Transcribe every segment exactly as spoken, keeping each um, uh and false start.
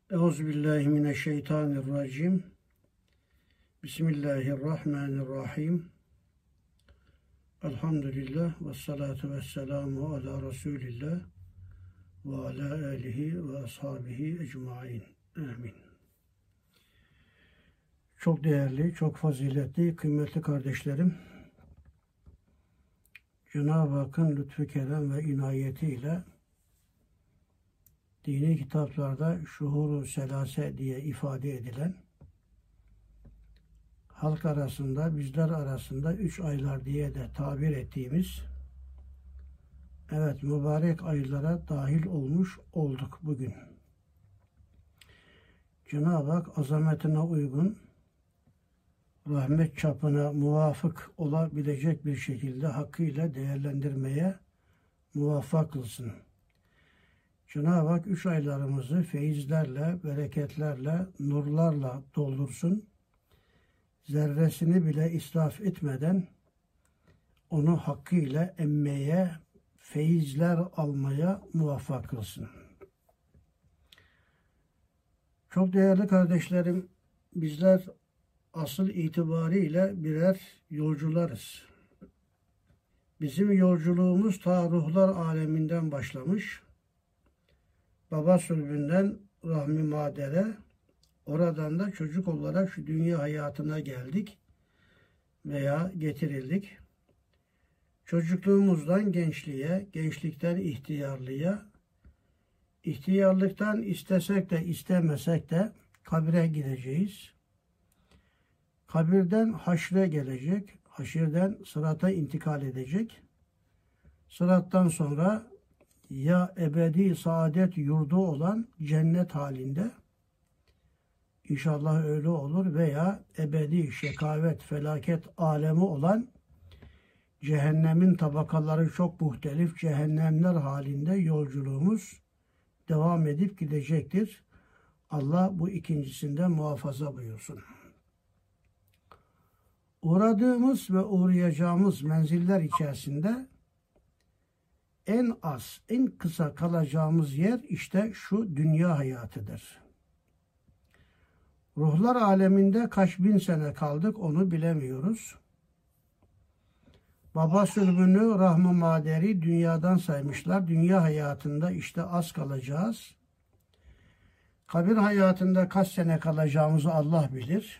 Euzubillahimineşşeytanirracim. Bismillahirrahmanirrahim. Elhamdülillah ve salatu ve selamu ala Resulillah ve ala alihi ve ashabihi ecmain. Amin. Çok değerli, çok faziletli, kıymetli kardeşlerim, Cenab-ı Hakk'ın lütfu kerem ve inayetiyle dini kitaplarda şuhur-u selase diye ifade edilen, halk arasında, bizler arasında üç aylar diye de tabir ettiğimiz, evet, mübarek aylara dahil olmuş olduk bugün. Cenab-ı Hak azametine uygun, rahmet çapına muvafık olabilecek bir şekilde hakkıyla değerlendirmeye muvaffak kılsın. Cenab-ı Hak üç aylarımızı feyizlerle, bereketlerle, nurlarla doldursun. Zerresini bile israf etmeden onu hakkıyla emmeye, feyizler almaya muvaffak kılsın. Çok değerli kardeşlerim, bizler asıl itibariyle birer yolcularız. Bizim yolculuğumuz ta ruhlar aleminden başlamış. Baba sülbünden rahmi madere, oradan da çocuk olarak şu dünya hayatına geldik veya getirildik. Çocukluğumuzdan gençliğe, gençlikten ihtiyarlığa, ihtiyarlıktan istesek de istemesek de kabire gideceğiz. Kabirden haşre gelecek, haşirden sırata intikal edecek. Sırattan sonra ya ebedi saadet yurdu olan cennet halinde, İnşallah öyle olur, veya ebedi şekavet, felaket alemi olan cehennemin tabakaları çok muhtelif cehennemler halinde yolculuğumuz devam edip gidecektir. Allah bu ikincisinden muhafaza buyursun. Uğradığımız ve uğrayacağımız menziller içerisinde en az, en kısa kalacağımız yer işte şu dünya hayatıdır. Ruhlar aleminde kaç bin sene kaldık onu bilemiyoruz. Baba sülbünü, rahmı maderi dünyadan saymışlar. Dünya hayatında işte az kalacağız. Kabir hayatında kaç sene kalacağımızı Allah bilir.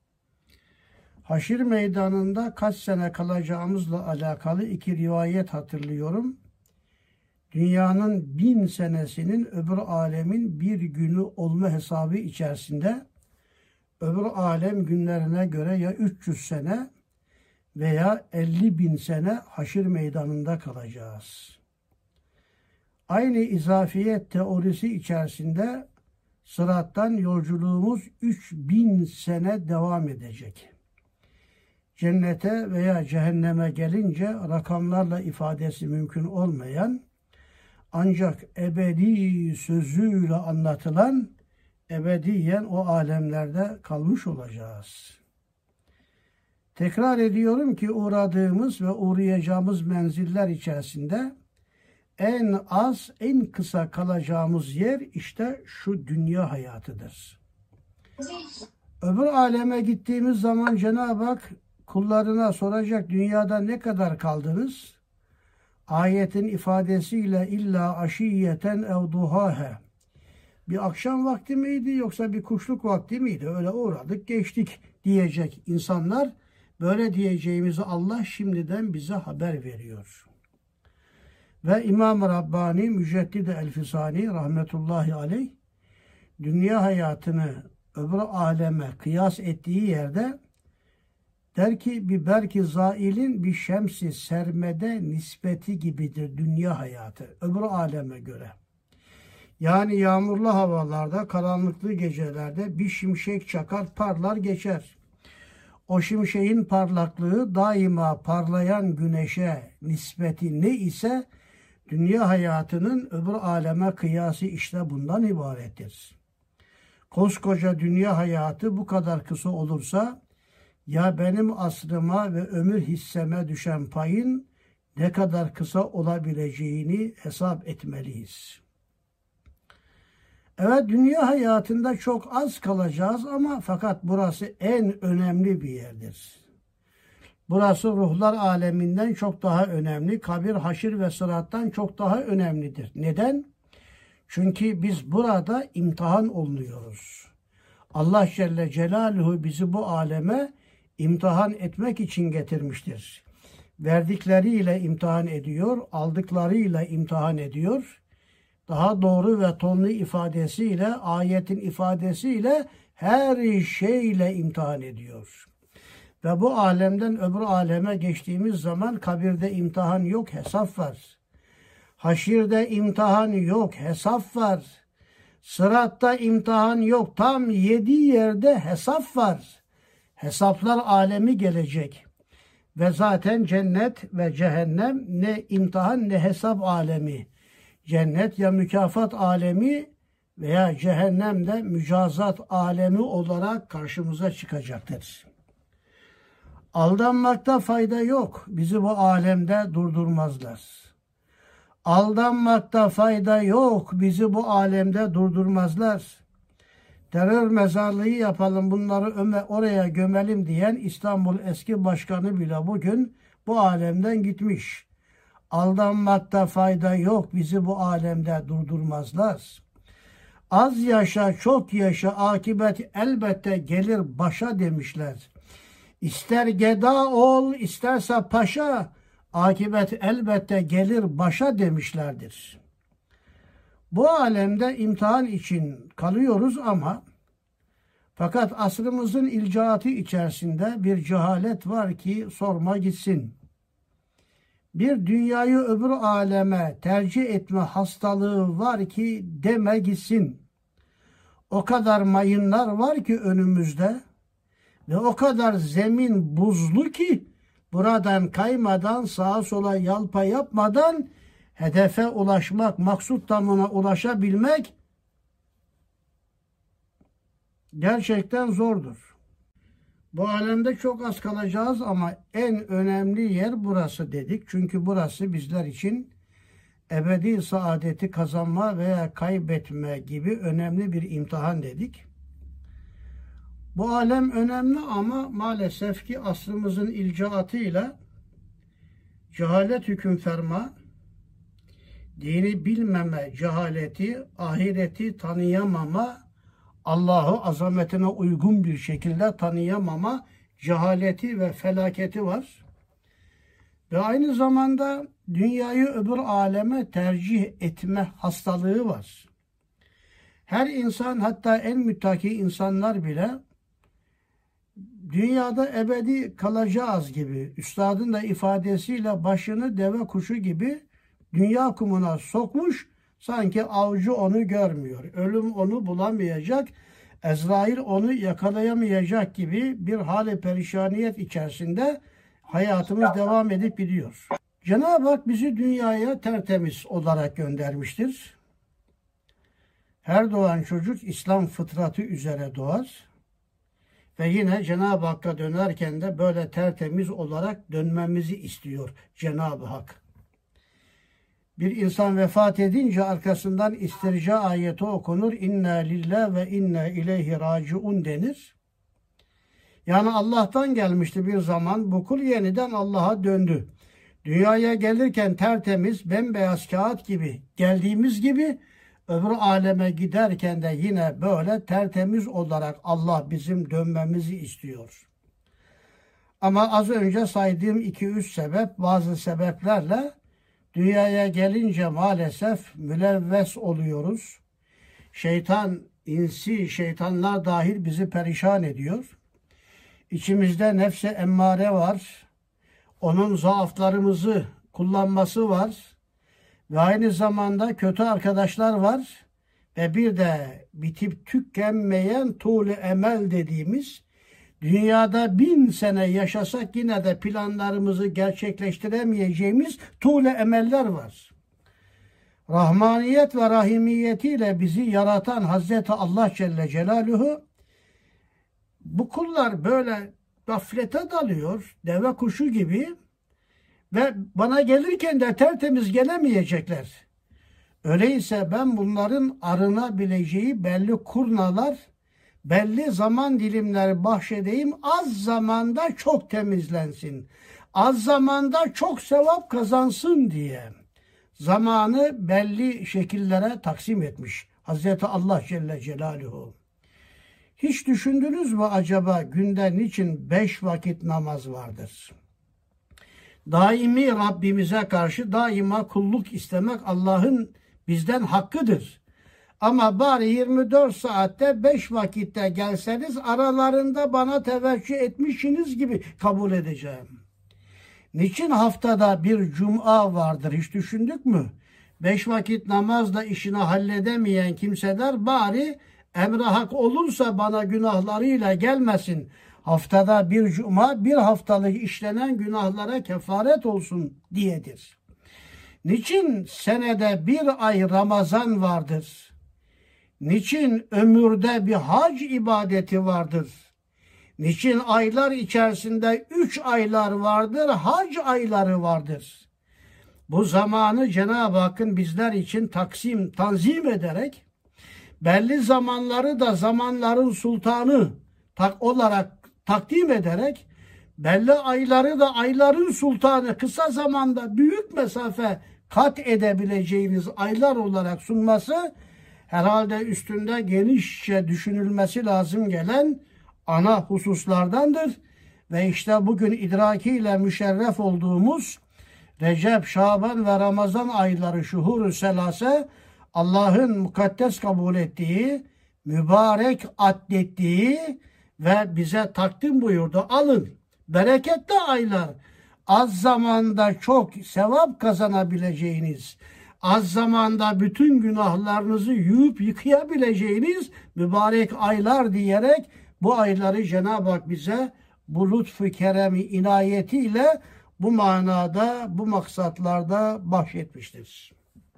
Haşir meydanında kaç sene kalacağımızla alakalı iki rivayet hatırlıyorum. Dünyanın bin senesinin öbür alemin bir günü olma hesabı içerisinde öbür alem günlerine göre ya üç yüz sene veya elli bin sene haşir meydanında kalacağız. Aynı izafiyet teorisi içerisinde sırattan yolculuğumuz üç bin sene devam edecek. Cennete veya cehenneme gelince rakamlarla ifadesi mümkün olmayan, ancak ebedi sözüyle anlatılan, ebediyen o alemlerde kalmış olacağız. Tekrar ediyorum ki uğradığımız ve uğrayacağımız menziller içerisinde en az, en kısa kalacağımız yer işte şu dünya hayatıdır. Öbür aleme gittiğimiz zaman Cenab-ı Hak kullarına soracak, dünyada ne kadar kaldınız? Ayetin ifadesiyle illa aşiyeten ev duhahe. Bir akşam vakti miydi yoksa bir kuşluk vakti miydi? Öyle uğradık geçtik diyecek insanlar. Böyle diyeceğimizi Allah şimdiden bize haber veriyor. Ve İmam-ı Rabbani Müceddid-i Elfisani rahmetullahi aleyh dünya hayatını öbür aleme kıyas ettiği yerde der ki bir berki zailin bir şemsi sermede nispeti gibidir dünya hayatı öbür aleme göre. Yani yağmurlu havalarda, karanlıklı gecelerde bir şimşek çakar, parlar geçer. O şimşeğin parlaklığı daima parlayan güneşe nispeti ne ise dünya hayatının öbür aleme kıyası işte bundan ibarettir. Koskoca dünya hayatı bu kadar kısa olursa ya benim asrıma ve ömür hisseme düşen payın ne kadar kısa olabileceğini hesap etmeliyiz. Evet, dünya hayatında çok az kalacağız ama fakat burası en önemli bir yerdir. Burası ruhlar aleminden çok daha önemli. Kabir, haşir ve sırattan çok daha önemlidir. Neden? Çünkü biz burada imtihan olunuyoruz. Allah Celle Celaluhu bizi bu aleme imtihan etmek için getirmiştir. Verdikleriyle imtihan ediyor, aldıklarıyla imtihan ediyor. Daha doğru ve tonlu ifadesiyle, ayetin ifadesiyle her şeyle imtihan ediyor. Ve bu alemden öbür aleme geçtiğimiz zaman kabirde imtihan yok, hesap var. Haşirde imtihan yok, hesap var. Sıratta imtihan yok, tam yedi yerde hesap var. Hesaplar alemi gelecek. Ve zaten cennet ve cehennem ne imtihan ne hesap alemi. Cennet ya mükafat alemi veya cehennem de mücazat alemi olarak karşımıza çıkacaktır. Aldanmakta fayda yok. Bizi bu alemde durdurmazlar. Aldanmakta fayda yok. Bizi bu alemde durdurmazlar. Terör mezarlığı yapalım, bunları oraya gömelim diyen İstanbul eski başkanı bile bugün bu alemden gitmiş. Aldanmakta fayda yok. Bizi bu alemde durdurmazlar. Az yaşa, çok yaşa, akibet elbette gelir başa demişler. İster geda ol, isterse paşa, akibet elbette gelir başa demişlerdir. Bu alemde imtihan için kalıyoruz ama fakat asrımızın ilcaatı içerisinde bir cehalet var ki sorma gitsin. Bir dünyayı öbür aleme tercih etme hastalığı var ki deme gitsin. O kadar mayınlar var ki önümüzde ve o kadar zemin buzlu ki buradan kaymadan, sağa sola yalpa yapmadan hedefe ulaşmak, maksut tamına ulaşabilmek gerçekten zordur. Bu alemde çok az kalacağız ama en önemli yer burası dedik. Çünkü burası bizler için ebedi saadeti kazanma veya kaybetme gibi önemli bir imtihan dedik. Bu alem önemli ama maalesef ki asrımızın ilcaatıyla cehalet hüküm ferma, dini bilmeme cehaleti, ahireti tanıyamama, Allah'ı azametine uygun bir şekilde tanıyamama cehaleti ve felaketi var. Ve aynı zamanda dünyayı öbür aleme tercih etme hastalığı var. Her insan, hatta en müttaki insanlar bile dünyada ebedi kalacağız gibi, üstadın da ifadesiyle başını deve kuşu gibi dünya kumuna sokmuş, sanki avcı onu görmüyor. Ölüm onu bulamayacak, Ezrail onu yakalayamayacak gibi bir hali perişaniyet içerisinde hayatımız devam edip gidiyor. Cenab-ı Hak bizi dünyaya tertemiz olarak göndermiştir. Her doğan çocuk İslam fıtratı üzere doğar. Ve yine Cenab-ı Hakk'a dönerken de böyle tertemiz olarak dönmemizi istiyor Cenab-ı Hak. Bir insan vefat edince arkasından istirca ayeti okunur. İnna lillahi ve inna ileyhi raciun denir. Yani Allah'tan gelmişti bir zaman. Bu kul yeniden Allah'a döndü. Dünyaya gelirken tertemiz, bembeyaz kağıt gibi geldiğimiz gibi öbür aleme giderken de yine böyle tertemiz olarak Allah bizim dönmemizi istiyor. Ama az önce saydığım iki üç sebep, bazı sebeplerle dünyaya gelince maalesef mülevves oluyoruz. Şeytan, insi şeytanlar dahil bizi perişan ediyor. İçimizde nefse emmare var. Onun zaaflarımızı kullanması var. Ve aynı zamanda kötü arkadaşlar var. Ve bir de bitip tükenmeyen tuğlu emel dediğimiz, dünyada bin sene yaşasak yine de planlarımızı gerçekleştiremeyeceğimiz tuğlu emeller var. Rahmaniyet ve rahimiyetiyle bizi yaratan Hazreti Allah Celle Celaluhu, bu kullar böyle gaflete dalıyor, deve kuşu gibi ve bana gelirken de tertemiz gelemeyecekler. Öyleyse ben bunların arınabileceği belli kurnalar, belli zaman dilimleri bahşedeyim. Az zamanda çok temizlensin. Az zamanda çok sevap kazansın diye zamanı belli şekillere taksim etmiş Hazreti Allah Celle Celaluhu. Hiç düşündünüz mü acaba günde niçin beş vakit namaz vardır? Daimi Rabbimize karşı daima kulluk istemek Allah'ın bizden hakkıdır. Ama bari yirmi dört saatte beş vakitte gelseniz aralarında bana teveccüh etmişsiniz gibi kabul edeceğim. Niçin haftada bir cuma vardır hiç düşündük mü? Beş vakit namazla işini halledemeyen kimseler bari emre hak olursa bana günahlarıyla gelmesin. Haftada bir cuma bir haftalık işlenen günahlara kefaret olsun diyedir. Niçin senede bir ay Ramazan vardır? Niçin ömürde bir hac ibadeti vardır? Niçin aylar içerisinde üç aylar vardır, hac ayları vardır? Bu zamanı Cenab-ı Hakk'ın bizler için taksim, tanzim ederek belli zamanları da zamanların sultanı tak olarak takdim ederek belli ayları da ayların sultanı kısa zamanda büyük mesafe kat edebileceğiniz aylar olarak sunması herhalde üstünde genişçe düşünülmesi lazım gelen ana hususlardandır. Ve işte bugün idrakiyle müşerref olduğumuz Recep, Şaban ve Ramazan ayları şuhur-u selase Allah'ın mukaddes kabul ettiği, mübarek addettiği ve bize takdim buyurdu. Alın, bereketli aylar. Az zamanda çok sevap kazanabileceğiniz, az zamanda bütün günahlarınızı yuyup yıkayabileceğiniz mübarek aylar diyerek bu ayları Cenab-ı Hak bize bu lütfu keremi inayetiyle bu manada, bu maksatlarda bahşetmiştir.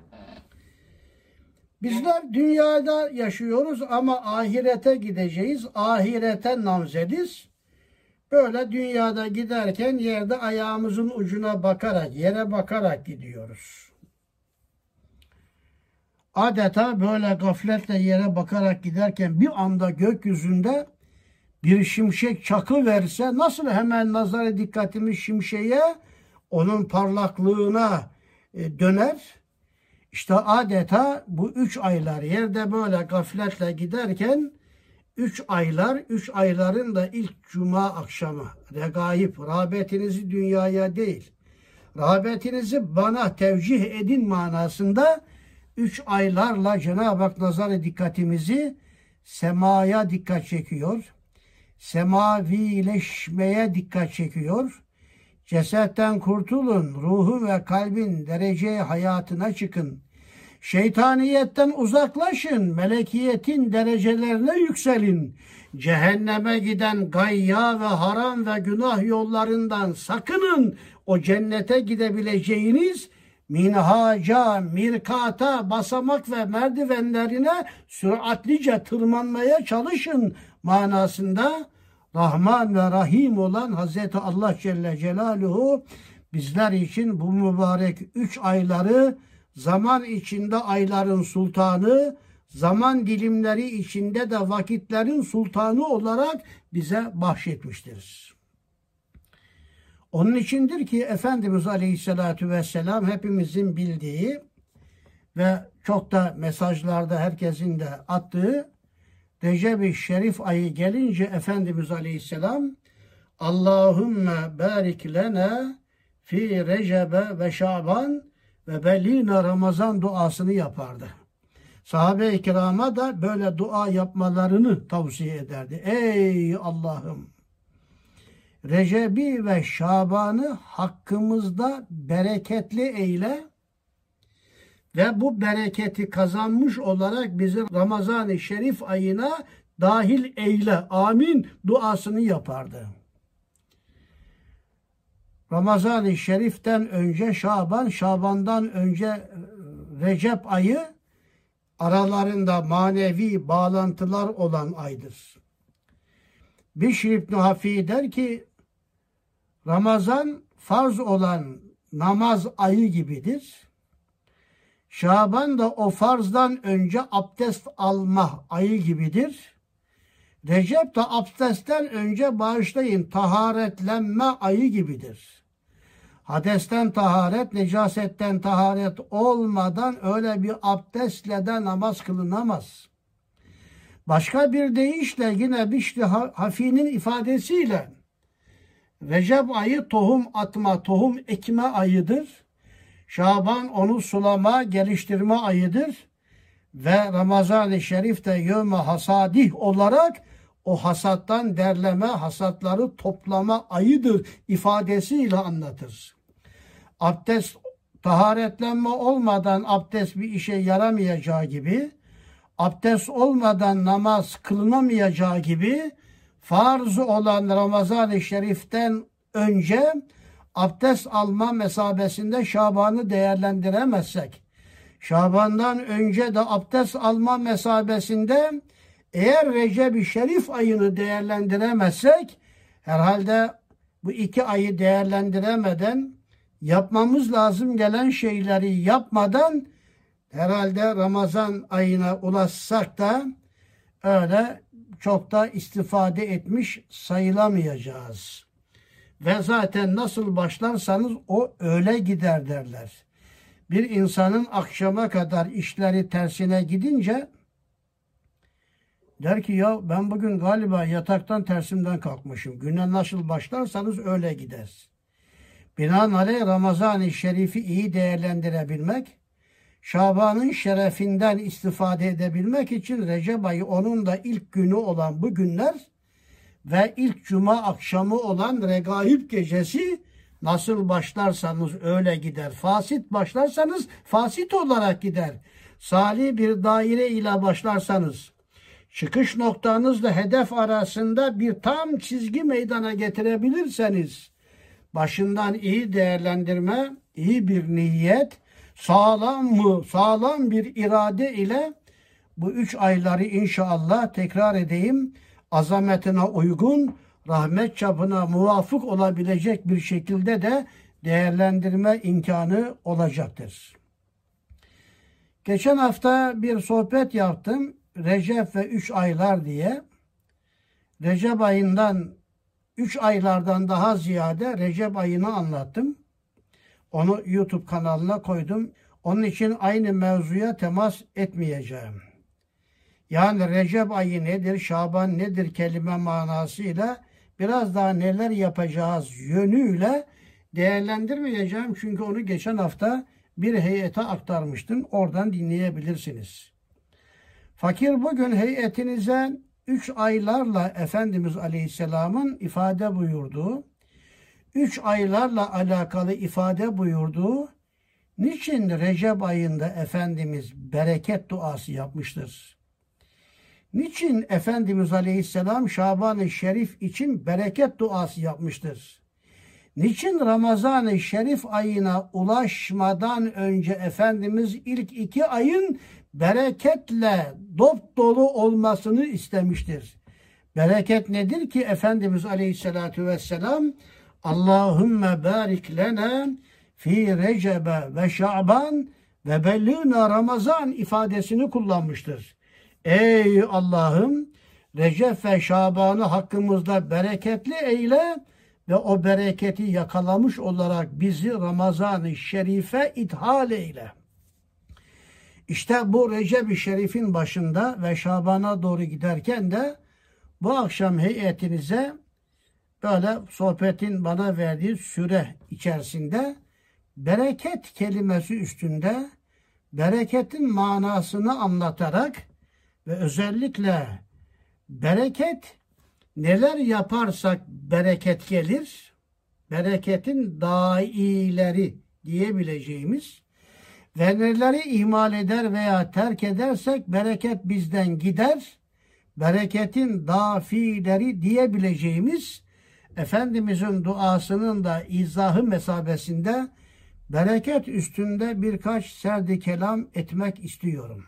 Bizler dünyada yaşıyoruz ama ahirete gideceğiz. Ahirete namzediz. Böyle dünyada giderken yerde ayağımızın ucuna bakarak, yere bakarak gidiyoruz. Adeta böyle gafletle yere bakarak giderken bir anda gökyüzünde bir şimşek çakı verse nasıl hemen nazarı dikkatimiz şimşeğe, onun parlaklığına döner. İşte adeta bu üç aylar yerde böyle gafletle giderken üç aylar, üç ayların da ilk cuma akşamı regaib, rağbetinizi dünyaya değil, rağbetinizi bana tevcih edin manasında üç aylarla Cenab-ı Hak nazarı dikkatimizi semaya dikkat çekiyor. Semavileşmeye dikkat çekiyor. Cesetten kurtulun, ruhu ve kalbin derece hayatına çıkın. Şeytaniyetten uzaklaşın, melekiyetin derecelerine yükselin. Cehenneme giden gayya ve haram ve günah yollarından sakının. O cennete gidebileceğiniz minhaca, mirkata, basamak ve merdivenlerine süratlice tırmanmaya çalışın manasında Rahman ve Rahim olan Hazreti Allah Celle Celaluhu bizler için bu mübarek üç ayları zaman içinde ayların sultanı, zaman dilimleri içinde de vakitlerin sultanı olarak bize bahşetmiştir. Onun içindir ki Efendimiz Aleyhisselatü Vesselam hepimizin bildiği ve çok da mesajlarda herkesin de attığı Recep-i Şerif ayı gelince Efendimiz Aleyhisselam Allahümme barik lena fi Recebe ve Şaban ve bellina Ramazan duasını yapardı. Sahabe-i kirama da böyle dua yapmalarını tavsiye ederdi. Ey Allah'ım! Recep'i ve Şaban'ı hakkımızda bereketli eyle ve bu bereketi kazanmış olarak bizi Ramazan-ı Şerif ayına dahil eyle. Amin duasını yapardı. Ramazan-ı Şerif'ten önce Şaban, Şaban'dan önce Recep ayı aralarında manevi bağlantılar olan aydır. Bişr İbn Hafi der ki Ramazan farz olan namaz ayı gibidir. Şaban da o farzdan önce abdest alma ayı gibidir. Recep de abdestten önce bağışlayın taharetlenme ayı gibidir. Hadesten taharet, necasetten taharet olmadan öyle bir abdestle de namaz kılınamaz. Başka bir deyişle yine Bişri Hafi'nin ifadesiyle Recep ayı tohum atma, tohum ekme ayıdır. Şaban onu sulama, geliştirme ayıdır. Ve Ramazan-ı Şerif de yevme hasadih olarak o hasattan derleme, hasatları toplama ayıdır ifadesiyle anlatır. Abdest, taharetlenme olmadan abdest bir işe yaramayacağı gibi, abdest olmadan namaz kılınamayacağı gibi, farz olan Ramazan-ı Şerif'ten önce abdest alma mesabesinde Şaban'ı değerlendiremezsek, Şaban'dan önce de abdest alma mesabesinde eğer Recep-i Şerif ayını değerlendiremezsek, herhalde bu iki ayı değerlendiremeden, yapmamız lazım gelen şeyleri yapmadan, herhalde Ramazan ayına ulaşsak da öyle çok da istifade etmiş sayılamayacağız. Ve zaten nasıl başlarsanız o öyle gider derler. Bir insanın akşama kadar işleri tersine gidince der ki ya ben bugün galiba yataktan tersimden kalkmışım. Güne nasıl başlarsanız öyle gider. Binaenaleyh Ramazan-ı Şerif'i iyi değerlendirebilmek, Şaban'ın şerefinden istifade edebilmek için Recep ayı onun da ilk günü olan bu günler ve ilk cuma akşamı olan Regaib gecesi nasıl başlarsanız öyle gider. Fasit başlarsanız fasit olarak gider. Salih bir daire ile başlarsanız, çıkış noktanızla hedef arasında bir tam çizgi meydana getirebilirseniz, başından iyi değerlendirme, iyi bir niyet, sağlam mı, sağlam bir irade ile bu üç ayları inşallah tekrar edeyim, azametine uygun, rahmet çapına muvafık olabilecek bir şekilde de değerlendirme imkanı olacaktır. Geçen hafta bir sohbet yaptım. Recep ve üç aylar diye. Recep ayından, üç aylardan daha ziyade Recep ayını anlattım. Onu YouTube kanalına koydum. Onun için aynı mevzuya temas etmeyeceğim. Yani Recep ayı nedir, Şaban nedir kelime manasıyla biraz daha neler yapacağız yönüyle değerlendirmeyeceğim. Çünkü onu geçen hafta bir heyete aktarmıştım. Oradan dinleyebilirsiniz. Fakir bugün heyetinize üç aylarla Efendimiz Aleyhisselam'ın ifade buyurduğu, üç aylarla alakalı ifade buyurduğu, niçin Recep ayında Efendimiz bereket duası yapmıştır? Niçin Efendimiz Aleyhisselam Şaban-ı Şerif için bereket duası yapmıştır? Niçin Ramazan-ı Şerif ayına ulaşmadan önce Efendimiz ilk iki ayın bereketle dop dolu olmasını istemiştir? Bereket nedir ki Efendimiz Aleyhisselatü Vesselam Allahümme barik lena fi Recebe ve Şaban ve bellina Ramazan ifadesini kullanmıştır. Ey Allah'ım Recep ve Şaban'ı hakkımızda bereketli eyle ve o bereketi yakalamış olarak bizi Ramazan-ı Şerif'e ithal eyle. İşte bu Recep-i Şerif'in başında ve Şaban'a doğru giderken de bu akşam heyetinize böyle sohbetin bana verdiği süre içerisinde bereket kelimesi üstünde bereketin manasını anlatarak ve özellikle bereket neler yaparsak bereket gelir, bereketin daileri diyebileceğimiz ve neleri ihmal eder veya terk edersek bereket bizden gider, bereketin dafileri diyebileceğimiz Efendimizin duasının da izahı mesabesinde bereket üstünde birkaç serdi kelam etmek istiyorum.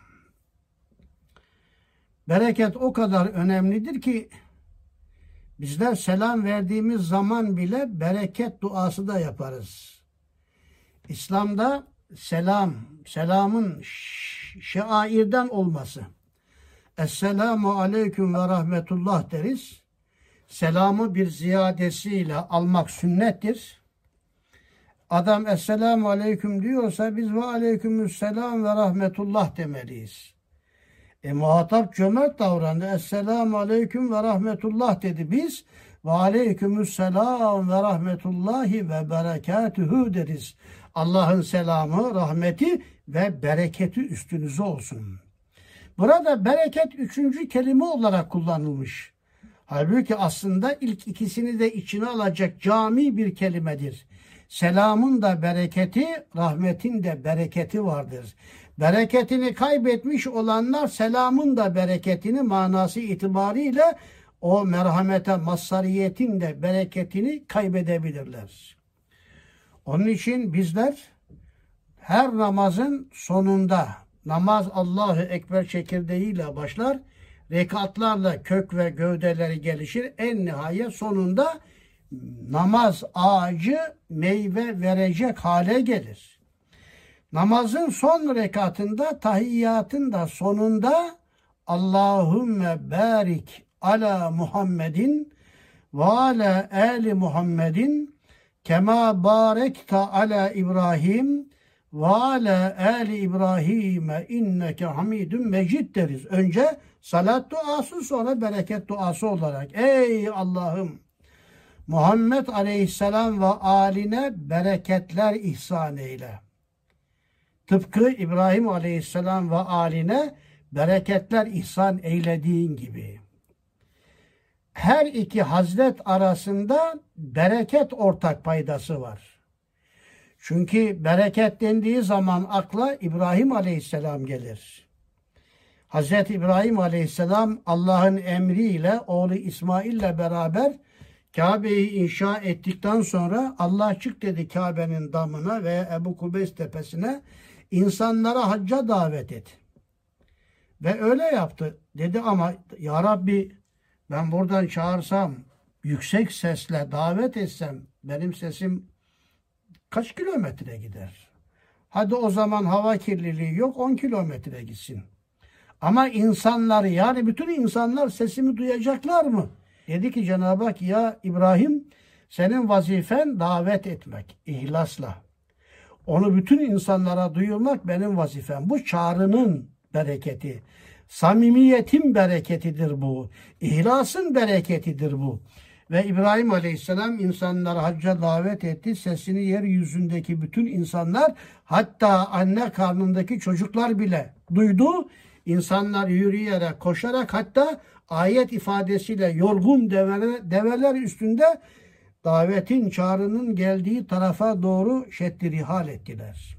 Bereket o kadar önemlidir ki bizler selam verdiğimiz zaman bile bereket duası da yaparız. İslam'da selam, selamın şairden olması. Esselamu aleyküm ve rahmetullah deriz. Selamı bir ziyadesiyle almak sünnettir. Adam Esselamu aleyküm diyorsa biz ve aleykümüsselam ve rahmetullah demeliyiz. E muhatap cömert davrandı. Esselamu aleyküm ve rahmetullah dedi. Biz ve aleykümüsselam ve rahmetullahi ve berekatühü deriz. Allah'ın selamı, rahmeti ve bereketi üstünüze olsun. Burada bereket üçüncü kelime olarak kullanılmış. Halbuki aslında ilk ikisini de içine alacak cami bir kelimedir. Selamın da bereketi, rahmetin de bereketi vardır. Bereketini kaybetmiş olanlar selamın da bereketini manası itibariyle o merhamete, mazhariyetin de bereketini kaybedebilirler. Onun için bizler her namazın sonunda namaz Allahu Ekber çekirdeğiyle başlar, rekatlarla kök ve gövdeleri gelişir. En nihayet sonunda namaz ağacı meyve verecek hale gelir. Namazın son rekatında, tahiyyatın da sonunda Allahümme barik ala Muhammedin ve ala ali Muhammedin kema barekta ala İbrahim ve ala ali İbrahim'e inneke hamidun mecid deriz. Önce salat duası, sonra bereket duası olarak. Ey Allah'ım, Muhammed Aleyhisselam ve aline bereketler ihsan eyle. Tıpkı İbrahim Aleyhisselam ve aline bereketler ihsan eylediğin gibi. Her iki hazret arasında bereket ortak paydası var. Çünkü bereket dendiği zaman akla İbrahim Aleyhisselam gelir. Hazreti İbrahim Aleyhisselam Allah'ın emriyle oğlu İsmail'le beraber Kabe'yi inşa ettikten sonra Allah çık dedi Kabe'nin damına ve Ebu Kubeys tepesine, insanlara hacca davet et. Ve öyle yaptı. Dedi ama ya Rabbi, ben buradan çağırsam, yüksek sesle davet etsem benim sesim kaç kilometre gider? Hadi o zaman hava kirliliği yok, on kilometre gitsin. Ama insanlar, yani bütün insanlar sesimi duyacaklar mı? Dedi ki Cenab-ı Hak, ya İbrahim, senin vazifen davet etmek ihlasla. Onu bütün insanlara duyurmak benim vazifem. Bu çağrının bereketi. Samimiyetin bereketidir bu. İhlasın bereketidir bu. Ve İbrahim Aleyhisselam insanları hacca davet etti. Sesini yeryüzündeki bütün insanlar, hatta anne karnındaki çocuklar bile duydu. İnsanlar yürüyerek, koşarak, hatta ayet ifadesiyle yorgun develer, develer üstünde davetin, çağrının geldiği tarafa doğru şeddiri ettiler.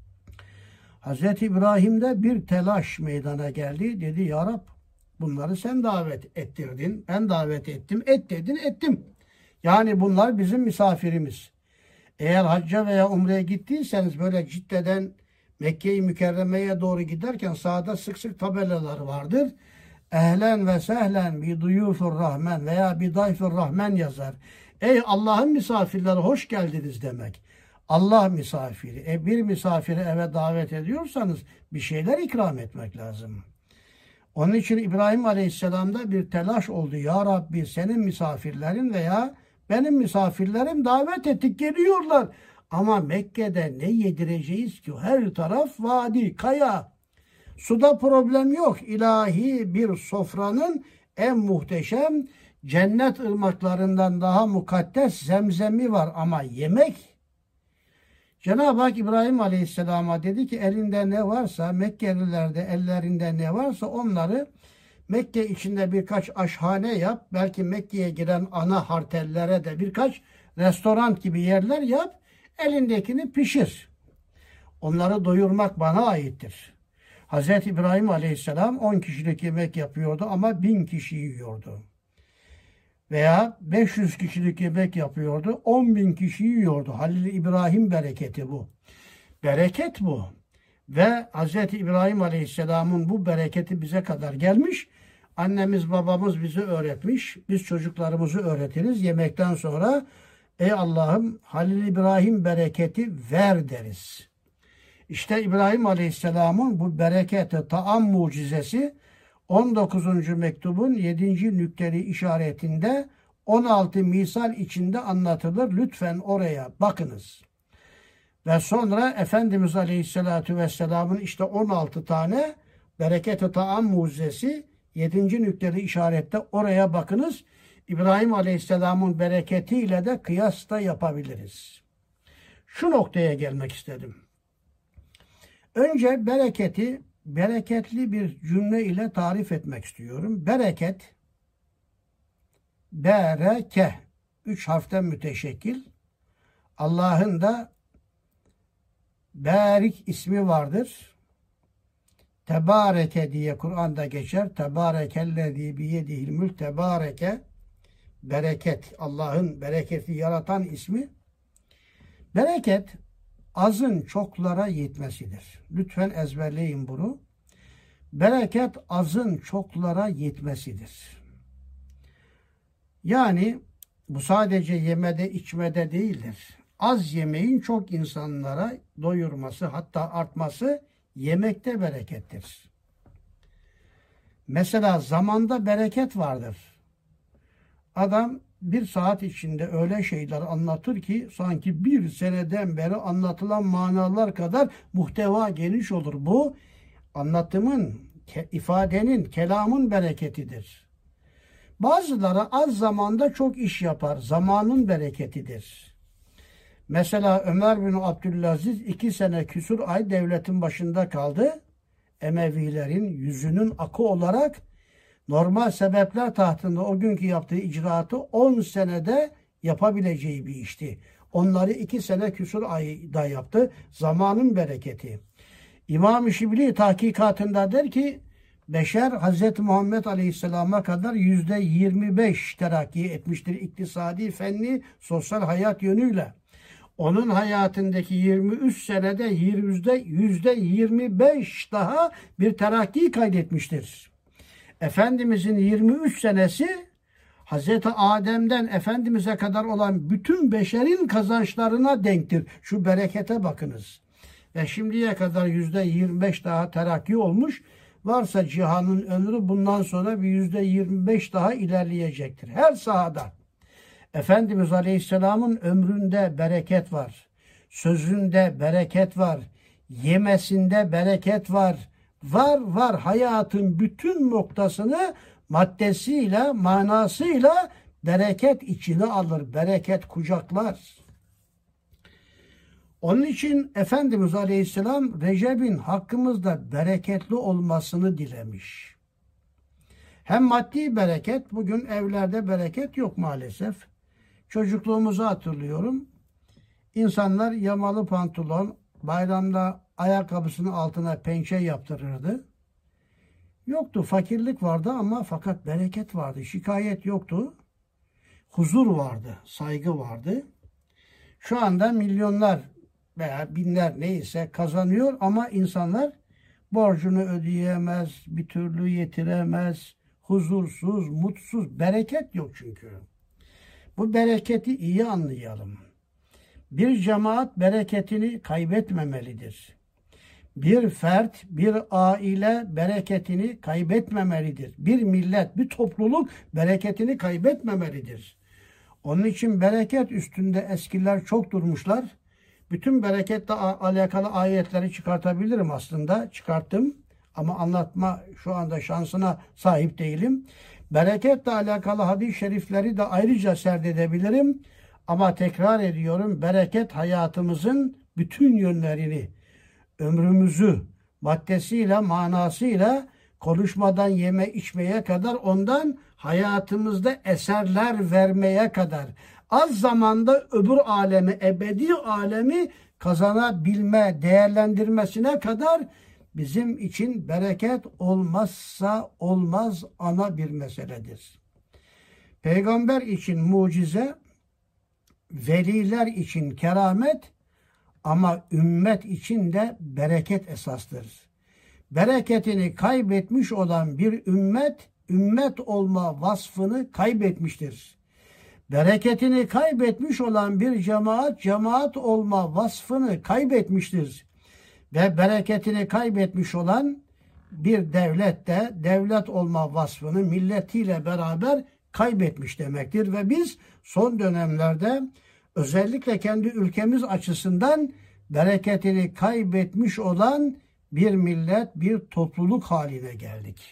Hazreti İbrahim'de bir telaş meydana geldi. Dedi ya Rab, bunları sen davet ettirdin. Ben davet ettim. Et dedin, ettim. Yani bunlar bizim misafirimiz. Eğer hacca veya umreye gittiyseniz böyle Cidde'den Mekke-i Mükerreme'ye doğru giderken sağda sık sık tabelalar vardır. Ehlen ve sehlen bi duyufur rahman veya bi dayfur rahman yazar. Ey Allah'ın misafirleri, hoş geldiniz demek. Allah misafiri. E bir misafiri eve davet ediyorsanız bir şeyler ikram etmek lazım. Onun için İbrahim Aleyhisselam'da bir telaş oldu. Ya Rabbi, senin misafirlerin veya benim misafirlerim davet ettik, geliyorlar. Ama Mekke'de ne yedireceğiz ki? Her taraf vadi, kaya. Suda problem yok. İlahi bir sofranın en muhteşem, cennet ırmaklarından daha mukaddes zemzemi var. Ama yemek, Cenab-ı Hak İbrahim Aleyhisselam'a dedi ki elinde ne varsa, Mekkelilerde ellerinde ne varsa onları Mekke içinde birkaç aşhane yap. Belki Mekke'ye giren ana hartellere de birkaç restoran gibi yerler yap. Elindekini pişir. Onları doyurmak bana aittir. Hazreti İbrahim Aleyhisselam on kişilik yemek yapıyordu ama bin kişi yiyordu. Veya beş yüz kişilik yemek yapıyordu, on bin kişi yiyordu. Halil İbrahim bereketi bu. Bereket bu. Ve Hazreti İbrahim Aleyhisselam'ın bu bereketi bize kadar gelmiş. Annemiz babamız bizi öğretmiş. Biz çocuklarımızı öğretiriz. Yemekten sonra ey Allah'ım Halil İbrahim bereketi ver deriz. İşte İbrahim Aleyhisselam'ın bu bereketi taam mucizesi on dokuzuncu mektubun yedinci nükteli işaretinde on altı misal içinde anlatılır. Lütfen oraya bakınız. Ve sonra Efendimiz Aleyhisselatü Vesselam'ın işte on altı tane bereket-i taam mucizesi yedinci nükteli işarette oraya bakınız. İbrahim Aleyhisselam'ın bereketiyle de kıyas da yapabiliriz. Şu noktaya gelmek istedim. Önce bereketi bereketli bir cümle ile tarif etmek istiyorum. Bereket, bereke, üç harften müteşekkil. Allah'ın da Barik ismi vardır. Tebareke diye Kur'an'da geçer. Tebarekellezî biyedihil mülk. Tebareke, bereket. Allah'ın bereketi yaratan ismi. Bereket, azın çoklara yetmesidir. Lütfen ezberleyin bunu. Bereket, azın çoklara yetmesidir. Yani bu sadece yemede, içmede değildir. Az yemeğin çok insanlara doyurması, hatta artması yemekte berekettir. Mesela zamanda bereket vardır. Adam bir saat içinde öyle şeyler anlatır ki sanki bir seneden beri anlatılan manalar kadar muhteva geniş olur. Bu anlatımın, ifadenin, kelamın bereketidir. Bazıları az zamanda çok iş yapar. Zamanın bereketidir. Mesela Ömer bin Abdülaziz iki sene küsur ay devletin başında kaldı. Emevilerin yüzünün akı olarak normal sebepler tahtında o günkü yaptığı icraatı on senede yapabileceği bir işti. Onları iki sene küsur ayda yaptı. Zamanın bereketi. İmam-ı Şibli tahkikatında der ki beşer Hazreti Muhammed Aleyhisselam'a kadar yüzde yirmi beş terakki etmiştir iktisadi, fenni, sosyal hayat yönüyle. Onun hayatındaki yirmi üç senede yüzde yüzde yirmi beş daha bir terakki kaydetmiştir. Efendimizin yirmi üç senesi Hazreti Adem'den Efendimiz'e kadar olan bütün beşerin kazançlarına denktir. Şu berekete bakınız. Ve şimdiye kadar yüzde yirmi beş daha terakki olmuş. Varsa cihanın ömrü bundan sonra bir yüzde yirmi beş daha ilerleyecektir. Her sahada. Efendimiz Aleyhisselam'ın ömründe bereket var. Sözünde bereket var. Yemesinde bereket var. Var var hayatın bütün noktasını maddesiyle, manasıyla bereket içine alır. Bereket kucaklar. Onun için Efendimiz Aleyhisselam Recep'in hakkımızda bereketli olmasını dilemiş. Hem maddi bereket, bugün evlerde bereket yok maalesef. Çocukluğumuzu hatırlıyorum. İnsanlar yamalı pantolon, bayramda ayakkabısının altına pençe yaptırırdı. Yoktu, fakirlik vardı ama fakat bereket vardı, şikayet yoktu. Huzur vardı, saygı vardı. Şu anda milyonlar veya binler neyse kazanıyor ama insanlar borcunu ödeyemez, bir türlü yetiremez, huzursuz, mutsuz, bereket yok çünkü. Bu bereketi iyi anlayalım. Bir cemaat bereketini kaybetmemelidir. Bir fert, bir aile bereketini kaybetmemelidir. Bir millet, bir topluluk bereketini kaybetmemelidir. Onun için bereket üstünde eskiler çok durmuşlar. Bütün bereketle alakalı ayetleri çıkartabilirim aslında. Çıkarttım ama anlatma şu anda şansına sahip değilim. Bereketle alakalı hadis-i şerifleri de ayrıca serdedebilirim. Ama tekrar ediyorum, bereket hayatımızın bütün yönlerini, ömrümüzü maddesiyle, manasıyla, konuşmadan yeme içmeye kadar, ondan hayatımızda eserler vermeye kadar, az zamanda öbür alemi, ebedi alemi kazanabilme, değerlendirmesine kadar bizim için bereket olmazsa olmaz ana bir meseledir. Peygamber için mucize, veliler için keramet ama ümmet için de bereket esastır. Bereketini kaybetmiş olan bir ümmet, ümmet olma vasfını kaybetmiştir. Bereketini kaybetmiş olan bir cemaat, cemaat olma vasfını kaybetmiştir. ve bereketini kaybetmiş olan bir devlet de devlet olma vasfını milletiyle beraber kaybetmiş demektir. Ve biz son dönemlerde özellikle kendi ülkemiz açısından bereketini kaybetmiş olan bir millet, bir topluluk haline geldik.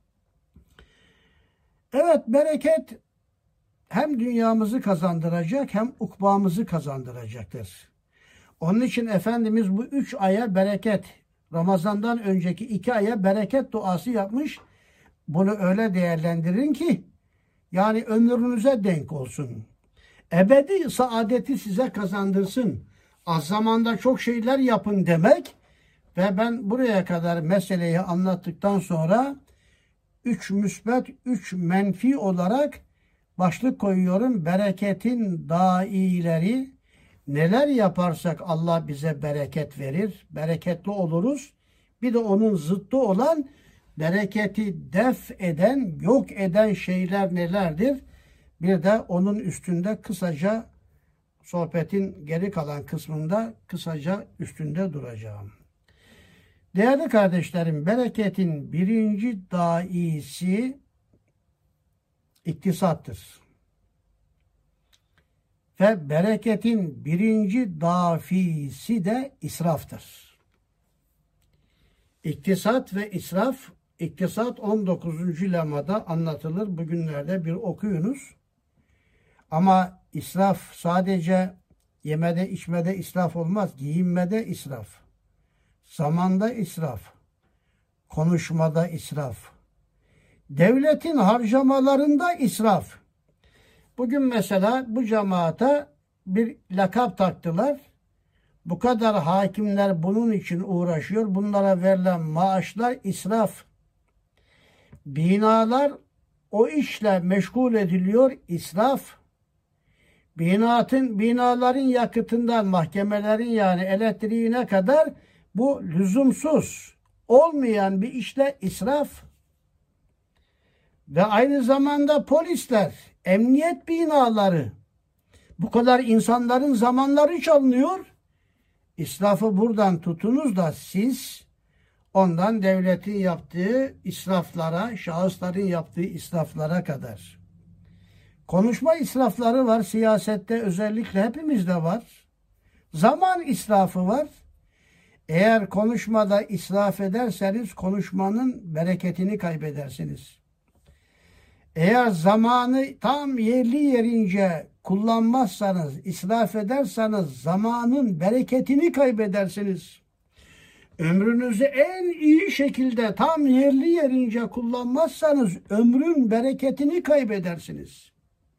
Evet, bereket hem dünyamızı kazandıracak hem ukbamızı kazandıracaktır. Onun için Efendimiz bu üç aya bereket, Ramazan'dan önceki iki aya bereket duası yapmış. Bunu öyle değerlendirin ki yani ömrünüze denk olsun. Ebedi saadeti size kazandırsın. Az zamanda çok şeyler yapın demek. Ve ben buraya kadar meseleyi anlattıktan sonra üç müsbet, üç menfi olarak başlık koyuyorum. Bereketin daileri, neler yaparsak Allah bize bereket verir, bereketli oluruz. Bir de onun zıttı olan bereketi def eden, yok eden şeyler nelerdir? Bir de onun üstünde kısaca sohbetin geri kalan kısmında kısaca üstünde duracağım. Değerli kardeşlerim, bereketin birinci daisi iktisattır. Ve bereketin birinci dafisi de israftır. İktisat ve israf, iktisat on dokuzuncu lemada anlatılır. Bugünlerde bir okuyunuz. Ama israf sadece yemede içmede israf olmaz. Giyinmede israf. Zamanda israf. Konuşmada israf. Devletin harcamalarında israf. Bugün mesela bu cemaate bir lakap taktılar. Bu kadar hakimler bunun için uğraşıyor. Bunlara verilen maaşlar israf. Binalar o işle meşgul ediliyor, israf. Binatın, binaların yakıtından mahkemelerin yani elektriğine kadar bu lüzumsuz olmayan bir işle israf. Ve aynı zamanda polisler, emniyet binaları, bu kadar insanların zamanları çalınıyor. İsrafı buradan tutunuz da siz ondan devletin yaptığı israflara, şahısların yaptığı israflara kadar. Konuşma israfları var siyasette, özellikle hepimizde var. Zaman israfı var. Eğer konuşmada israf ederseniz konuşmanın bereketini kaybedersiniz. Eğer zamanı tam yerli yerince kullanmazsanız, israf ederseniz zamanın bereketini kaybedersiniz. Ömrünüzü en iyi şekilde tam yerli yerince kullanmazsanız ömrün bereketini kaybedersiniz.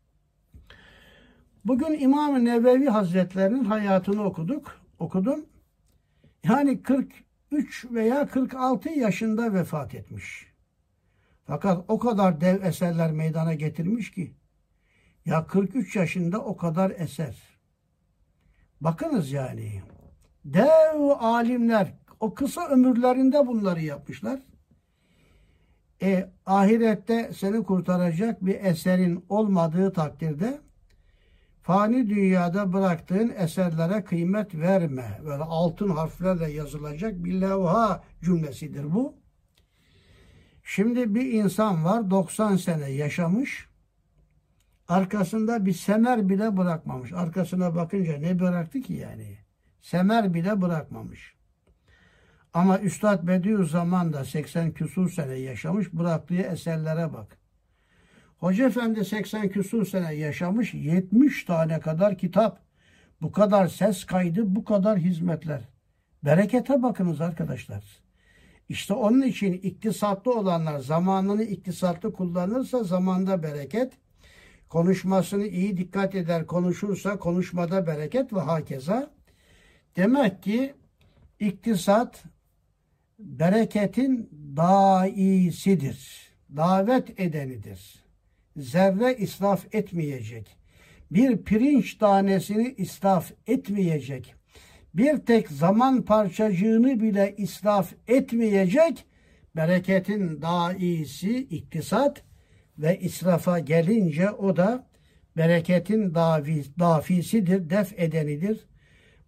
Bugün İmam-ı Nevevi Hazretlerinin hayatını okuduk, okudum. Yani kırk üç veya kırk altı yaşında vefat etmiş. Fakat o kadar dev eserler meydana getirmiş ki, ya kırk üç yaşında o kadar eser. Bakınız yani, dev alimler o kısa ömürlerinde bunları yapmışlar. E, ahirette seni kurtaracak bir eserin olmadığı takdirde fani dünyada bıraktığın eserlere kıymet verme. Böyle altın harflerle yazılacak bir levha cümlesidir bu. Şimdi bir insan var, doksan sene yaşamış, arkasında bir semer bile bırakmamış. Arkasına bakınca ne bıraktı ki yani? Semer bile bırakmamış. Ama Üstad Bediüzzaman da seksen küsur sene yaşamış, bıraktığı eserlere bak. Hoca Efendi seksen küsur sene yaşamış, yetmiş tane kadar kitap, bu kadar ses kaydı, bu kadar hizmetler. Berekete bakınız arkadaşlar. İşte onun için iktisatlı olanlar zamanını iktisatlı kullanırsa zamanda bereket, konuşmasını iyi dikkat eder konuşursa konuşmada bereket ve hakeza. Demek ki iktisat bereketin daisidir, davet edenidir. Zerre israf etmeyecek. Bir pirinç tanesini israf etmeyecek. Bir tek zaman parçacığını bile israf etmeyecek. Bereketin daisi iktisat ve israfa gelince o da bereketin davi, dafisidir, def edenidir.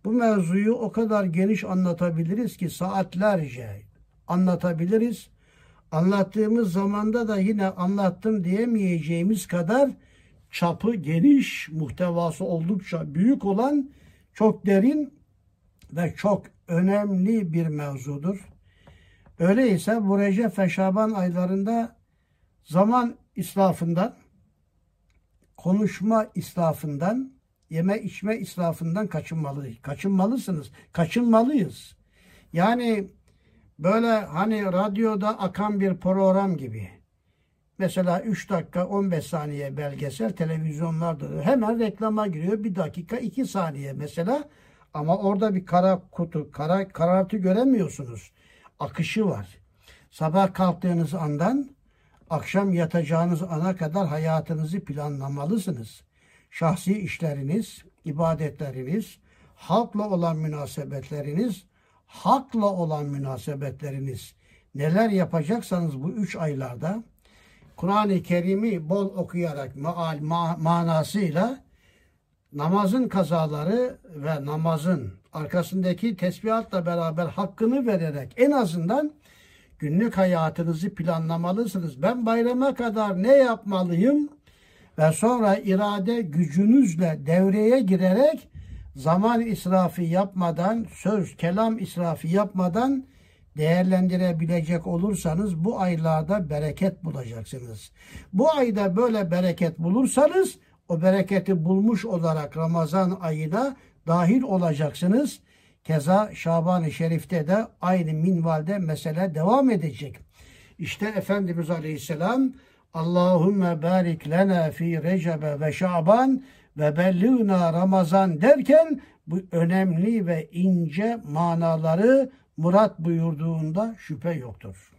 Bu mevzuyu o kadar geniş anlatabiliriz ki saatlerce anlatabiliriz. Anlattığımız zamanda da yine anlattım diyemeyeceğimiz kadar çapı geniş, muhtevası oldukça büyük olan çok derin ve çok önemli bir mevzudur. Öyleyse bu Recep ve Şaban aylarında zaman israfından, konuşma israfından, yeme içme israfından kaçınmalı, kaçınmalısınız. Kaçınmalıyız. Yani böyle hani radyoda akan bir program gibi. Mesela üç dakika on beş saniye belgesel televizyonlarda da hemen reklama giriyor. Bir dakika iki saniye mesela. Ama orada bir kara kutu, kara karartı göremiyorsunuz. Akışı var. Sabah kalktığınız andan akşam yatacağınız ana kadar hayatınızı planlamalısınız. Şahsi işleriniz, ibadetleriniz, halkla olan münasebetleriniz, hakla olan münasebetleriniz, neler yapacaksanız bu üç aylarda Kur'an-ı Kerim'i bol okuyarak maal, ma, manasıyla namazın kazaları ve namazın arkasındaki tesbihatla beraber hakkını vererek en azından günlük hayatınızı planlamalısınız. Ben bayrama kadar ne yapmalıyım? Ve sonra irade gücünüzle devreye girerek zaman israfı yapmadan, söz, kelam israfı yapmadan değerlendirebilecek olursanız bu aylarda bereket bulacaksınız. Bu ayda böyle bereket bulursanız o bereketi bulmuş olarak Ramazan ayına dahil olacaksınız. Keza Şaban-ı Şerif'te de aynı minvalde mesele devam edecek. İşte Efendimiz Aleyhisselam Allahümme barik lena fi Recebe ve Şaban ve belliğna Ramazan derken bu önemli ve ince manaları murat buyurduğunda şüphe yoktur.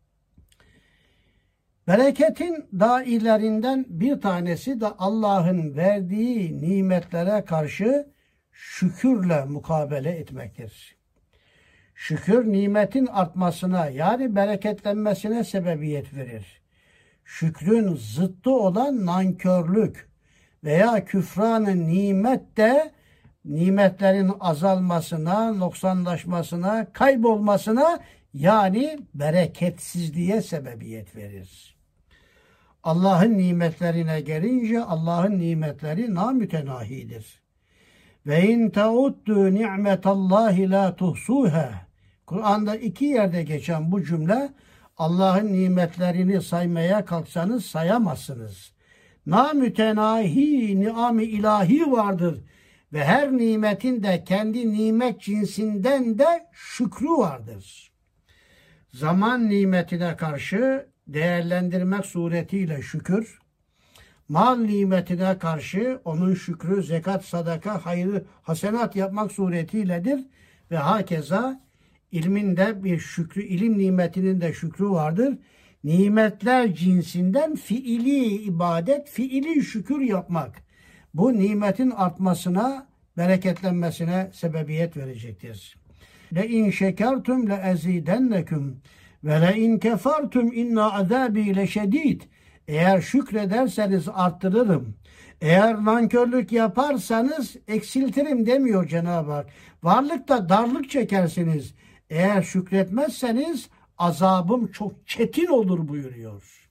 Bereketin dailerinden bir tanesi de Allah'ın verdiği nimetlere karşı şükürle mukabele etmektir. Şükür nimetin artmasına yani bereketlenmesine sebebiyet verir. Şükrün zıttı olan nankörlük veya küfran-ı nimet de nimetlerin azalmasına, noksanlaşmasına, kaybolmasına yani bereketsizliğe sebebiyet verir. Allah'ın nimetlerine gelince Allah'ın nimetleri namütenahidir. Ve in tauddu ni'metallahi la tuhsuha. Kur'an'da iki yerde geçen bu cümle Allah'ın nimetlerini saymaya kalksanız sayamazsınız. Namütenahi ni'am-ı ilahi vardır ve her nimetin de kendi nimet cinsinden de şükrü vardır. Zaman nimetine karşı değerlendirmek suretiyle şükür, mal nimetine karşı onun şükrü, zekat, sadaka, hayır, hasenat yapmak suretiyledir ve hakeza ilmin de bir şükrü, ilim nimetinin de şükrü vardır. Nimetler cinsinden fiili ibadet, fiili şükür yapmak. Bu nimetin artmasına, bereketlenmesine sebebiyet verecektir. Le in şekertum le ezidennekum ve le in kefertum inna azabi leşedid. Eğer şükrederseniz arttırırım. Eğer nankörlük yaparsanız eksiltirim demiyor Cenab-ı Hak. Varlıkta darlık çekersiniz. Eğer şükretmezseniz azabım çok çetin olur buyuruyor.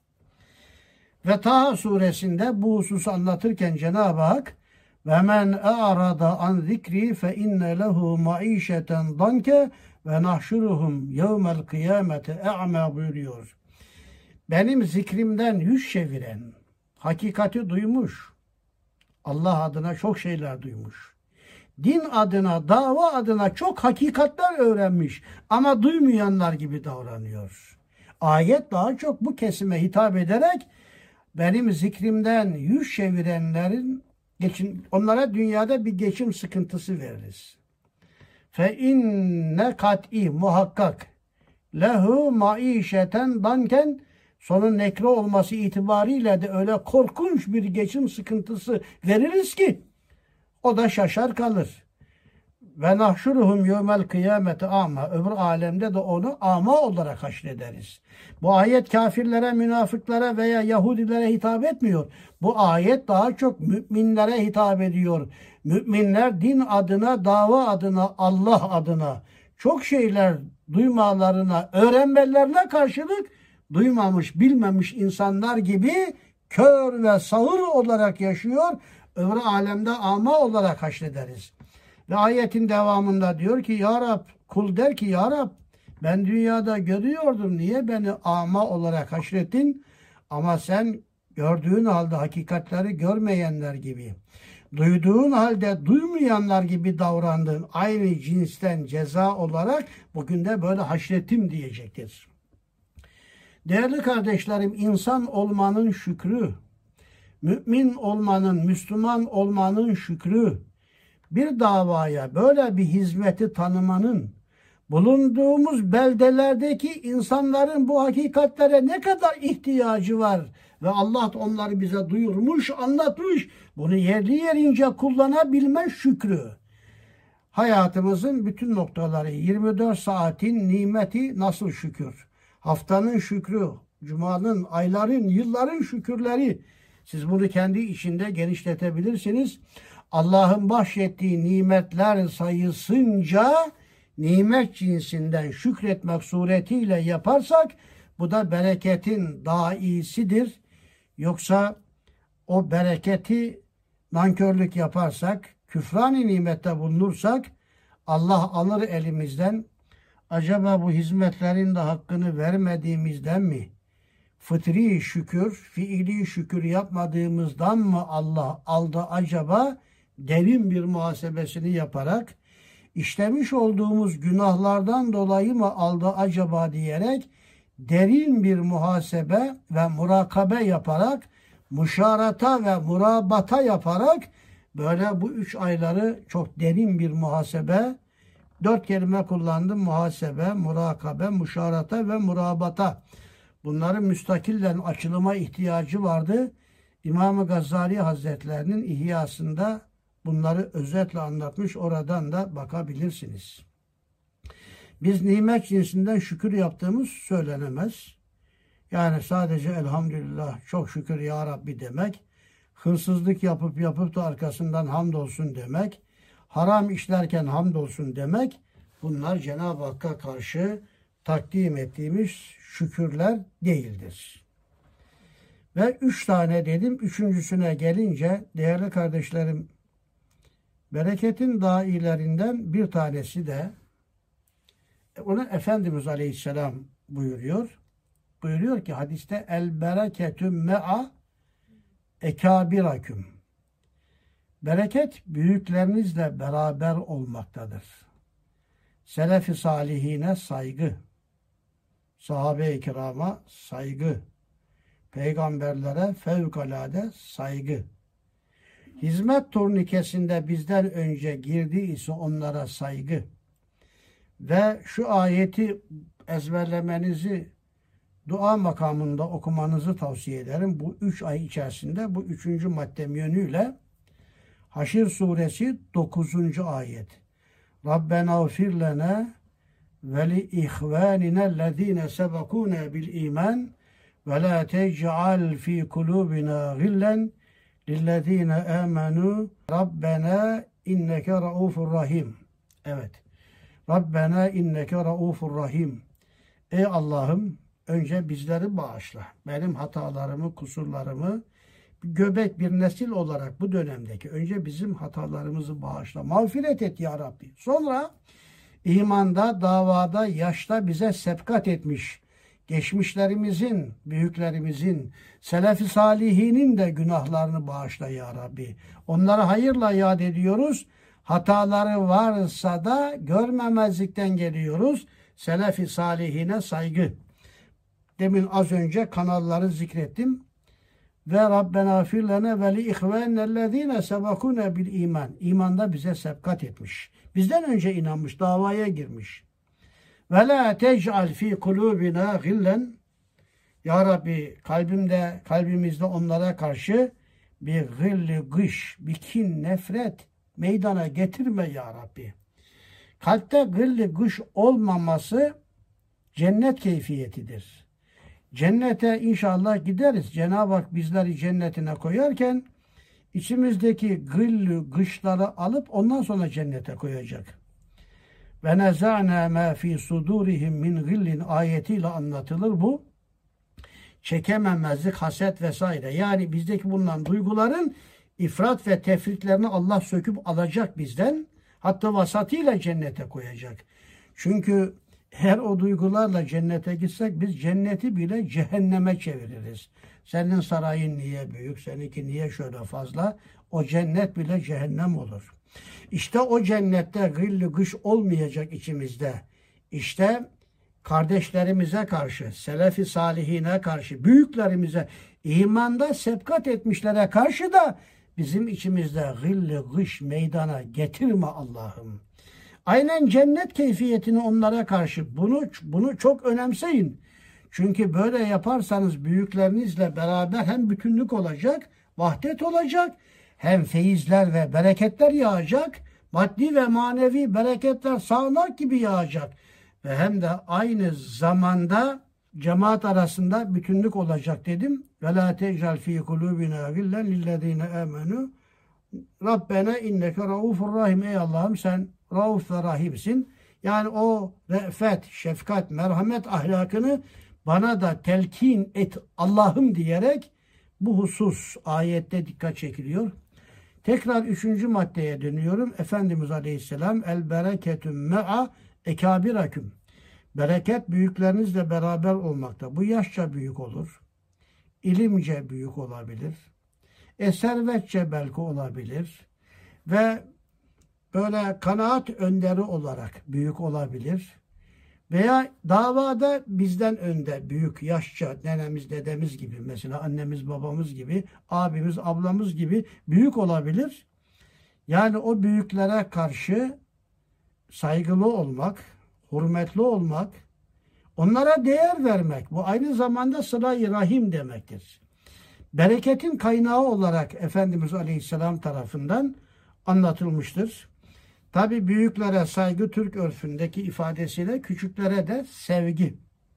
Ve Taha suresinde bu hususu anlatırken Cenab-ı Hak ve men a'rada an zikri fe inne lehu maişeten danke ve nahşuruhum yevmel kıyamete e'ma buyuruyor. Benim zikrimden yüz çeviren, hakikati duymuş, Allah adına çok şeyler duymuş. Din adına, dava adına çok hakikatler öğrenmiş ama duymayanlar gibi davranıyor. Ayet daha çok bu kesime hitap ederek benim zikrimden yüz çevirenlerin geçin, onlara dünyada bir geçim sıkıntısı veririz. Fe inne kat'i muhakkak lehu maişeten danken sonun nekre olması itibariyle de öyle korkunç bir geçim sıkıntısı veririz ki o da şaşar kalır. Ve nahşuruhum yevmel kıyameti ama. Öbür alemde de onu ama olarak haşrederiz. Bu ayet kafirlere, münafıklara veya Yahudilere hitap etmiyor. Bu ayet daha çok müminlere hitap ediyor. Müminler din adına, dava adına, Allah adına çok şeyler duymalarına, öğrenmelerine karşılık duymamış, bilmemiş insanlar gibi kör ve sağır olarak yaşıyor. Öbür alemde ama olarak haşrederiz. Ve ayetin devamında diyor ki Ya Rab, kul der ki Ya Rab, ben dünyada görüyordum, niye beni ama olarak haşrettin? Ama sen gördüğün halde hakikatleri görmeyenler gibi, duyduğun halde duymayanlar gibi davrandın. Aynı cinsten ceza olarak bugün de böyle haşrettim diyecektir. Değerli kardeşlerim, insan olmanın şükrü, mümin olmanın, Müslüman olmanın şükrü, bir davaya böyle bir hizmeti tanımanın, bulunduğumuz beldelerdeki insanların bu hakikatlere ne kadar ihtiyacı var ve Allah onları bize duyurmuş, anlatmış, bunu yerli yerince kullanabilme şükrü. Hayatımızın bütün noktaları, yirmi dört saatin nimeti nasıl şükür? Haftanın şükrü, cumanın, ayların, yılların şükürleri. Siz bunu kendi içinde genişletebilirsiniz. Allah'ın bahşettiği nimetler sayısınca nimet cinsinden şükretmek suretiyle yaparsak bu da bereketin daha iyisidir. Yoksa o bereketi nankörlük yaparsak, küfran-ı nimette bulunursak Allah alır elimizden. Acaba bu hizmetlerin de hakkını vermediğimizden mi? Fıtri şükür, fiili şükür yapmadığımızdan mı Allah aldı acaba? Derin bir muhasebesini yaparak, işlemiş olduğumuz günahlardan dolayı mı aldı acaba diyerek, derin bir muhasebe ve murakabe yaparak, muşarata ve murabata yaparak, böyle bu üç ayları çok derin bir muhasebe, dört kelime kullandım: muhasebe, murakabe, muşarata ve murabata. Bunların müstakillen açılıma ihtiyacı vardı. İmam-ı Gazali Hazretlerinin İhyasında bunları özetle anlatmış. Oradan da bakabilirsiniz. Biz nimet cinsinden şükür yaptığımız söylenemez. Yani sadece elhamdülillah, çok şükür ya Rabbi demek, hırsızlık yapıp yapıp da arkasından hamdolsun demek, haram işlerken hamdolsun demek, bunlar Cenab-ı Hakk'a karşı takdim ettiğimiz şükürler değildir. Ve üç tane dedim. Üçüncüsüne gelince değerli kardeşlerim, bereketin daha iyilerinden bir tanesi de onu Efendimiz Aleyhisselam buyuruyor. Buyuruyor ki hadiste el bereketüm me'a ekabiraküm. Bereket büyüklerinizle beraber olmaktadır. Selef-i salihine saygı, sahabe-i kirama saygı, peygamberlere fevkalade saygı. Hizmet turnikesinde bizden önce girdiyse onlara saygı. Ve şu ayeti ezberlemenizi, dua makamında okumanızı tavsiye ederim. Bu üç ay içerisinde bu üçüncü maddem yönüyle Haşr suresi dokuzuncu ayet. Rabbena ufir lena ve li ihvanina ellezine sebekuna bil iman ve la tec'al fi kulubina gillen lillezine amenu Rabbena inneke raufur rahim. Evet. Rabbena inneke raufur rahim. Ey Allah'ım, önce bizleri bağışla. Benim hatalarımı, kusurlarımı, göbek bir nesil olarak bu dönemdeki önce bizim hatalarımızı bağışla. Mağfiret et ya Rabbi. Sonra imanda, davada, yaşta bize sebkat etmiş geçmişlerimizin, büyüklerimizin, selef-i salihinin de günahlarını bağışla ya Rabbi. Onları hayırla yad ediyoruz. Hataları varsa da görmemezlikten geliyoruz. Selef-i salihine saygı. Demin az önce kanalları zikrettim. Ve Rabbena firlene ve li ihvanellezine sebekune bil iman. İmanda bize sebkat etmiş. Bizden önce inanmış, davaya girmiş. Ve la tec'al fi kulubina gillen. Ya Rabbi, kalbimde, kalbimizde onlara karşı bir gılli gış, bir kin, nefret meydana getirme ya Rabbi. Kalpte gılli gış olmaması cennet keyfiyetidir. Cennete inşallah gideriz. Cenab-ı Hak bizleri cennetine koyarken içimizdeki gıllı gışları alıp ondan sonra cennete koyacak. Ve nezâne mâ fî sudûrihim min gillin ayetiyle anlatılır bu. Çekememezlik, haset vesaire. Yani bizdeki bulunan duyguların ifrat ve tefritlerini Allah söküp alacak bizden. Hatta vasatıyla cennete koyacak. Çünkü her o duygularla cennete gitsek biz cenneti bile cehenneme çeviririz. Senin sarayın niye büyük, seninki niye şöyle fazla? O cennet bile cehennem olur. İşte o cennette gılli gış olmayacak içimizde. İşte kardeşlerimize karşı, selef-i salihine karşı, büyüklerimize, imanda sebkat etmişlere karşı da bizim içimizde gılli gış meydana getirme Allah'ım. Aynen cennet keyfiyetini onlara karşı bunu bunu çok önemseyin. Çünkü böyle yaparsanız büyüklerinizle beraber hem bütünlük olacak, vahdet olacak, hem feyizler ve bereketler yağacak, maddi ve manevi bereketler sağanak gibi yağacak ve hem de aynı zamanda cemaat arasında bütünlük olacak dedim. Ve la tec'al fi kulubina gillen lillezine amenu Rabbena inneke raufur rahim. Ey Allah'ım sen rauf ve rahimsin. Yani o re'fet, şefkat, merhamet ahlakını bana da telkin et Allah'ım diyerek bu husus ayette dikkat çekiliyor. Tekrar üçüncü maddeye dönüyorum. Efendimiz Aleyhisselam el bereketüm me'a ekabiraküm. Bereket büyüklerinizle beraber olmakta. Bu yaşça büyük olur. İlimce büyük olabilir. E servetçe belki olabilir. Ve böyle kanaat önderi olarak büyük olabilir. Veya davada bizden önde büyük, yaşça, nenemiz, dedemiz gibi, mesela annemiz, babamız gibi, abimiz, ablamız gibi büyük olabilir. Yani o büyüklere karşı saygılı olmak, hürmetli olmak, onlara değer vermek. Bu aynı zamanda sıla-i rahim demektir. Bereketin kaynağı olarak Efendimiz Aleyhisselam tarafından anlatılmıştır. Tabi büyüklere saygı Türk örfündeki ifadesiyle küçüklere de sevgi.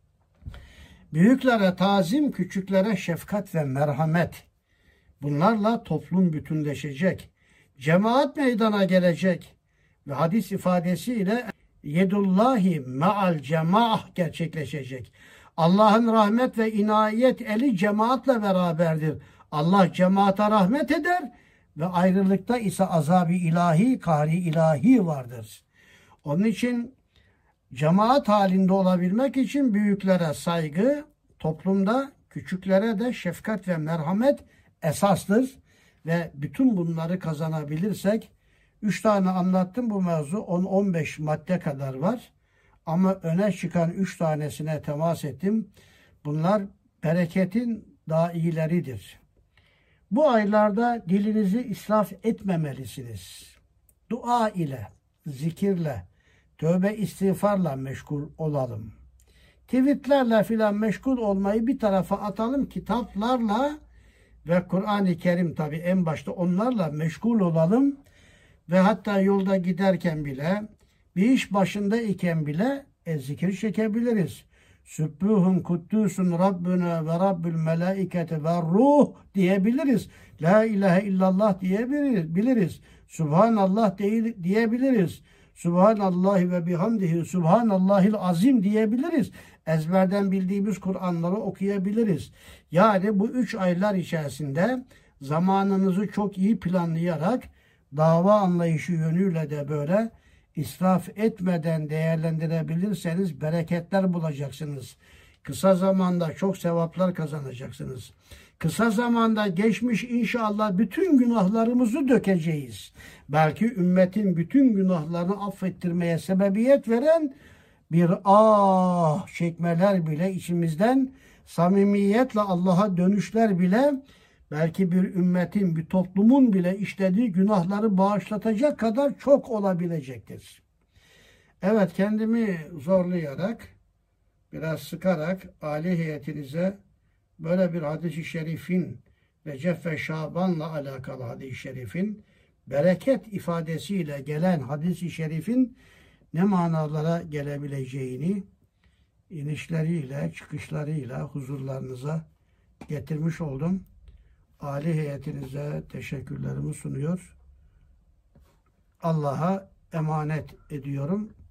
Büyüklere tazim, küçüklere şefkat ve merhamet. Bunlarla toplum bütünleşecek. Cemaat meydana gelecek. Ve hadis ifadesiyle yedullahi ma'al cemaah gerçekleşecek. Allah'ın rahmet ve inayet eli cemaatle beraberdir. Allah cemaate rahmet eder ve ayrılıkta ise azab-ı ilahi, kahri ilahi vardır. Onun için cemaat halinde olabilmek için büyüklere saygı, toplumda küçüklere de şefkat ve merhamet esastır. Ve bütün bunları kazanabilirsek, üç tane anlattım bu mevzu, on on beş madde kadar var. Ama öne çıkan üç tanesine temas ettim. Bunlar bereketin daha iyileridir. Bu aylarda dilinizi israf etmemelisiniz. Dua ile, zikirle, tövbe istiğfarla meşgul olalım. Tweetlerle filan meşgul olmayı bir tarafa atalım. Kitaplarla ve Kur'an-ı Kerim tabi en başta onlarla meşgul olalım. Ve hatta yolda giderken bile, bir iş başında iken bile e, zikir çekebiliriz. Sübbuhun kuddusun Rabbuna ve Rabbül melaiketi ve ruh diyebiliriz. La ilahe illallah diyebiliriz. Biliriz. Subhanallah değil, diyebiliriz. Subhanallahi ve bihamdihi Subhanallahil azim diyebiliriz. Ezberden bildiğimiz Kur'anları okuyabiliriz. Yani bu üç aylar içerisinde zamanınızı çok iyi planlayarak dava anlayışı yönüyle de böyle israf etmeden değerlendirebilirseniz bereketler bulacaksınız. Kısa zamanda çok sevaplar kazanacaksınız. Kısa zamanda geçmiş inşallah bütün günahlarımızı dökeceğiz. Belki ümmetin bütün günahlarını affettirmeye sebebiyet veren bir ah çekmeler bile içimizden, samimiyetle Allah'a dönüşler bile belki bir ümmetin, bir toplumun bile işlediği günahları bağışlatacak kadar çok olabilecektir. Evet, kendimi zorlayarak, biraz sıkarak aile heyetinize böyle bir hadis-i şerifin, Recep ve Şaban'la alakalı hadis-i şerifin, bereket ifadesiyle gelen hadis-i şerifin ne manalara gelebileceğini inişleriyle, çıkışlarıyla huzurlarınıza getirmiş oldum. Âli heyetinize teşekkürlerimi sunuyor. Allah'a emanet ediyorum.